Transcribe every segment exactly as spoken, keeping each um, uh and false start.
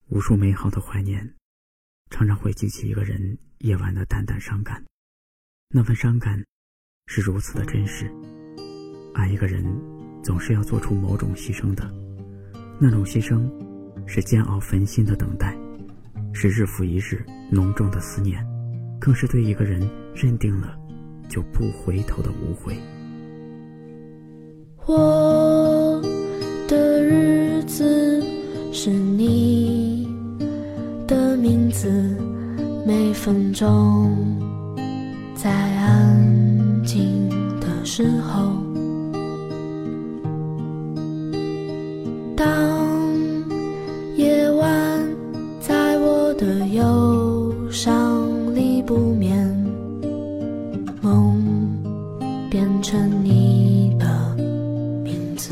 无数美好的怀念，常常会激起一个人夜晚的淡淡伤感。那份伤感是如此的真实。爱一个人总是要做出某种牺牲的，那种牺牲是煎熬焚心的等待，是日复一日浓重的思念，更是对一个人认定了就不回头的无悔。 我的日子是你的名字，每分钟在安静的时候，当夜晚在我的忧伤里不眠，梦变成你的名字，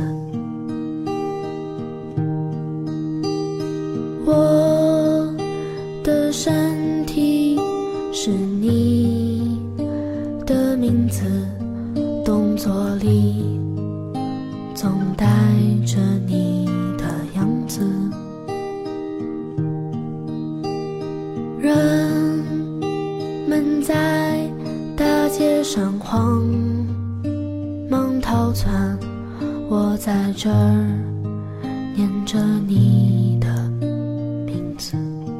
我的身体是你的名字，动作里总带着你的样子，人们在大街上慌忙逃窜，我在这儿念着你的名字。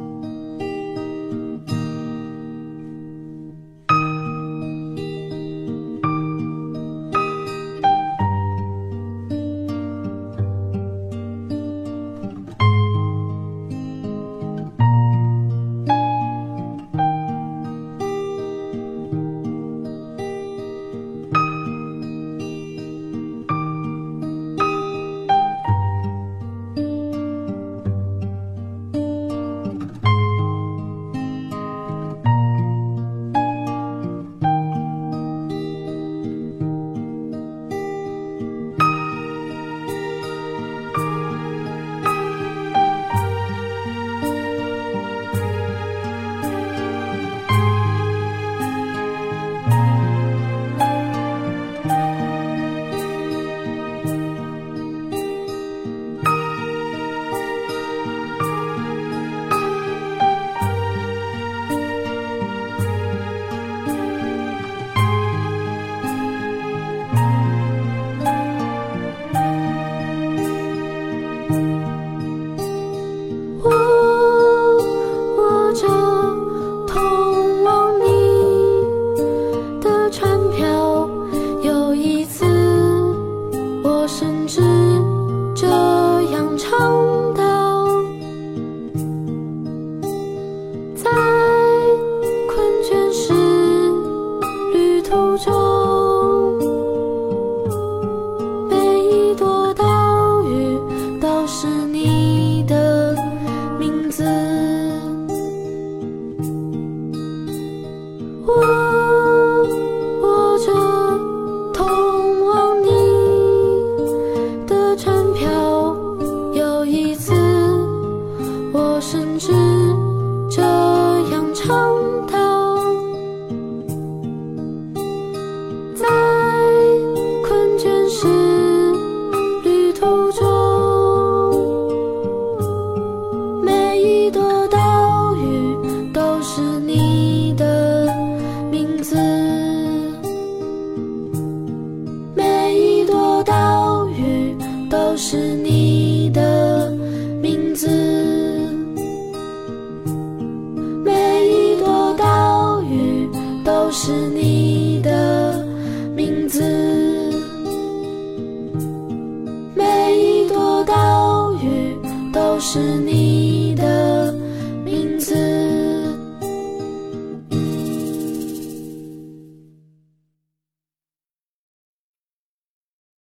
是你的名字，每一朵岛屿都是你的名字，每一朵岛屿都是你